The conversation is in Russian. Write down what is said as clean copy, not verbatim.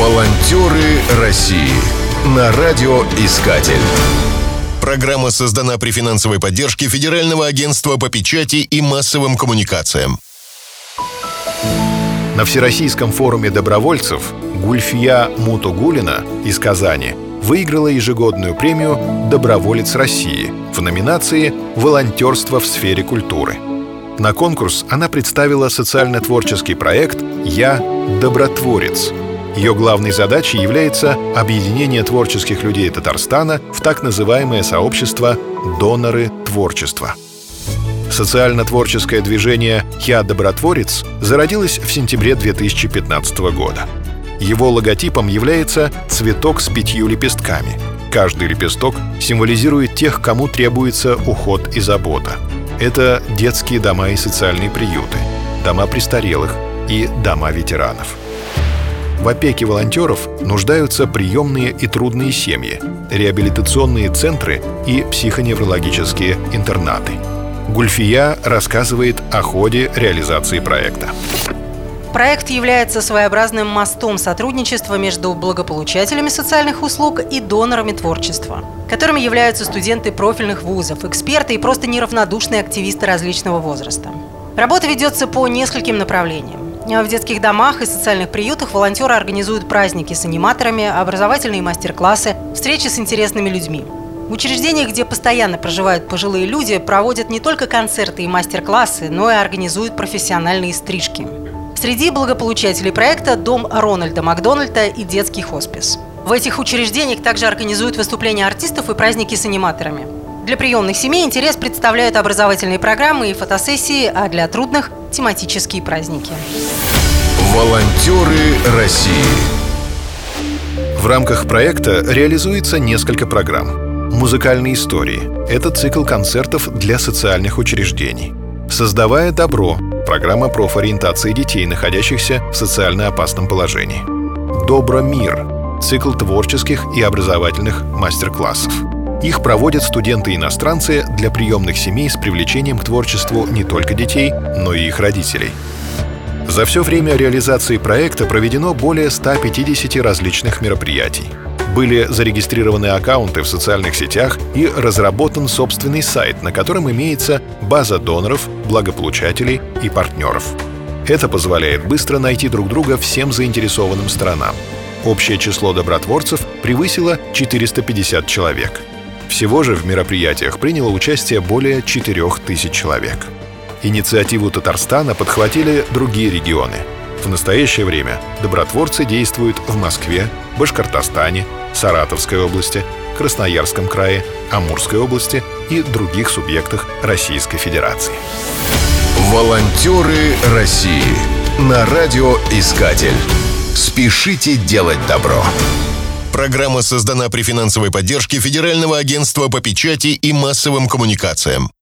Волонтеры России на радиоискатель. Программа создана при финансовой поддержке Федерального агентства по печати и массовым коммуникациям. На Всероссийском форуме добровольцев Гульфия Мутугулина из Казани выиграла ежегодную премию «Доброволец России» в номинации «Волонтерство в сфере культуры». На конкурс она представила социально-творческий проект «Я добротворец». Ее главной задачей является объединение творческих людей Татарстана в так называемое сообщество «Доноры творчества». Социально-творческое движение «Я добротворец» зародилось в сентябре 2015 года. Его логотипом является цветок с 5 лепестками. Каждый лепесток символизирует тех, кому требуется уход и забота. Это детские дома и социальные приюты, дома престарелых и дома ветеранов. В опеке волонтеров нуждаются приемные и трудные семьи, реабилитационные центры и психоневрологические интернаты. Гульфия рассказывает о ходе реализации проекта. Проект является своеобразным мостом сотрудничества между благополучателями социальных услуг и донорами творчества, которыми являются студенты профильных вузов, эксперты и просто неравнодушные активисты различного возраста. Работа ведется по нескольким направлениям. В детских домах и социальных приютах волонтеры организуют праздники с аниматорами, образовательные мастер-классы, встречи с интересными людьми. В учреждениях, где постоянно проживают пожилые люди, проводят не только концерты и мастер-классы, но и организуют профессиональные стрижки. Среди благополучателей проекта дом Рональда Макдональда и детский хоспис. В этих учреждениях также организуют выступления артистов и праздники с аниматорами. Для приемных семей интерес представляют образовательные программы и фотосессии, а для трудных – тематические праздники. Волонтеры России. В рамках проекта реализуется несколько программ. «Музыкальные истории» — это цикл концертов для социальных учреждений. «Создавая добро» — программа профориентации детей, находящихся в социально опасном положении. «Добромир» — цикл творческих и образовательных мастер-классов. Их проводят студенты-иностранцы для приемных семей с привлечением к творчеству не только детей, но и их родителей. За все время реализации проекта проведено более 150 различных мероприятий. Были зарегистрированы аккаунты в социальных сетях и разработан собственный сайт, на котором имеется база доноров, благополучателей и партнеров. Это позволяет быстро найти друг друга всем заинтересованным сторонам. Общее число добротворцев превысило 450 человек. Всего же в мероприятиях приняло участие более 4000 человек. Инициативу Татарстана подхватили другие регионы. В настоящее время добротворцы действуют в Москве, Башкортостане, Саратовской области, Красноярском крае, Амурской области и других субъектах Российской Федерации. Волонтеры России на радиоискатель. Спешите делать добро. Программа создана при финансовой поддержке Федерального агентства по печати и массовым коммуникациям.